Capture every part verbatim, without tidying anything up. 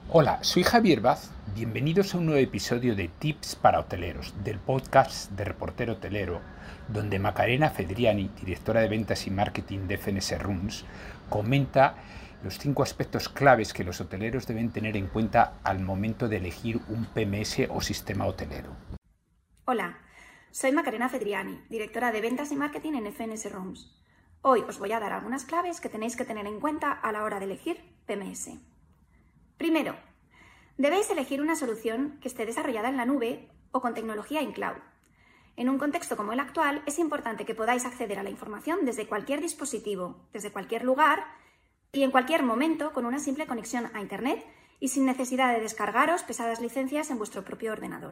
Hola, soy Javier Vaz. Bienvenidos a un nuevo episodio de Tips para Hoteleros, del podcast de Reportero Hotelero, donde Macarena Fedriani, directora de ventas y marketing de F N S Rooms, comenta los cinco aspectos claves que los hoteleros deben tener en cuenta al momento de elegir un P M S o sistema hotelero. Hola, soy Macarena Fedriani, directora de ventas y marketing en F N S Rooms. Hoy os voy a dar algunas claves que tenéis que tener en cuenta a la hora de elegir P M S. Primero, debéis elegir una solución que esté desarrollada en la nube o con tecnología in cloud. En un contexto como el actual, es importante que podáis acceder a la información desde cualquier dispositivo, desde cualquier lugar y en cualquier momento con una simple conexión a Internet y sin necesidad de descargaros pesadas licencias en vuestro propio ordenador.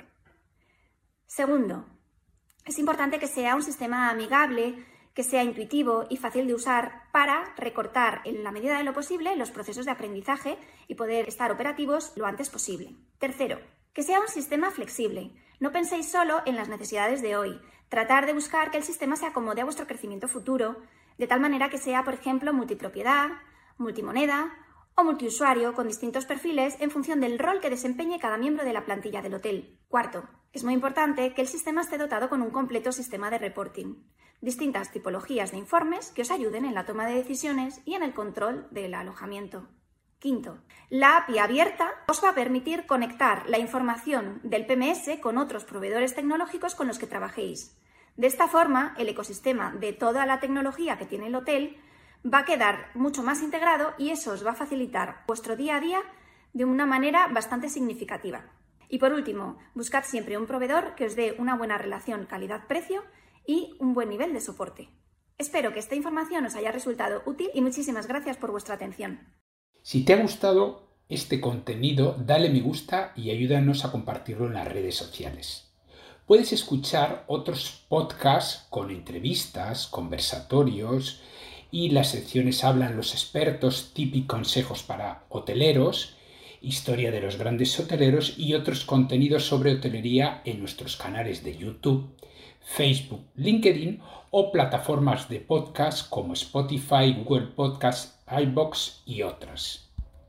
Segundo, es importante que sea un sistema amigable, que sea intuitivo y fácil de usar para recortar en la medida de lo posible los procesos de aprendizaje y poder estar operativos lo antes posible. Tercero, que sea un sistema flexible. No penséis solo en las necesidades de hoy. Tratar de buscar que el sistema se acomode a vuestro crecimiento futuro, de tal manera que sea, por ejemplo, multipropiedad, multimoneda o multiusuario con distintos perfiles en función del rol que desempeñe cada miembro de la plantilla del hotel. Cuarto, es muy importante que el sistema esté dotado con un completo sistema de reporting, distintas tipologías de informes que os ayuden en la toma de decisiones y en el control del alojamiento. Quinto, la A P I abierta os va a permitir conectar la información del P M S con otros proveedores tecnológicos con los que trabajéis. De esta forma, el ecosistema de toda la tecnología que tiene el hotel va a quedar mucho más integrado y eso os va a facilitar vuestro día a día de una manera bastante significativa. Y por último, buscad siempre un proveedor que os dé una buena relación calidad-precio y un buen nivel de soporte. Espero que esta información os haya resultado útil y muchísimas gracias por vuestra atención. Si te ha gustado este contenido, dale me gusta y ayúdanos a compartirlo en las redes sociales. Puedes escuchar otros podcasts con entrevistas, conversatorios y las secciones Hablan los expertos, tips y consejos para hoteleros, historia de los grandes hoteleros y otros contenidos sobre hotelería en nuestros canales de YouTube, Facebook, LinkedIn o plataformas de podcast como Spotify, Google Podcasts, iVoox y otras.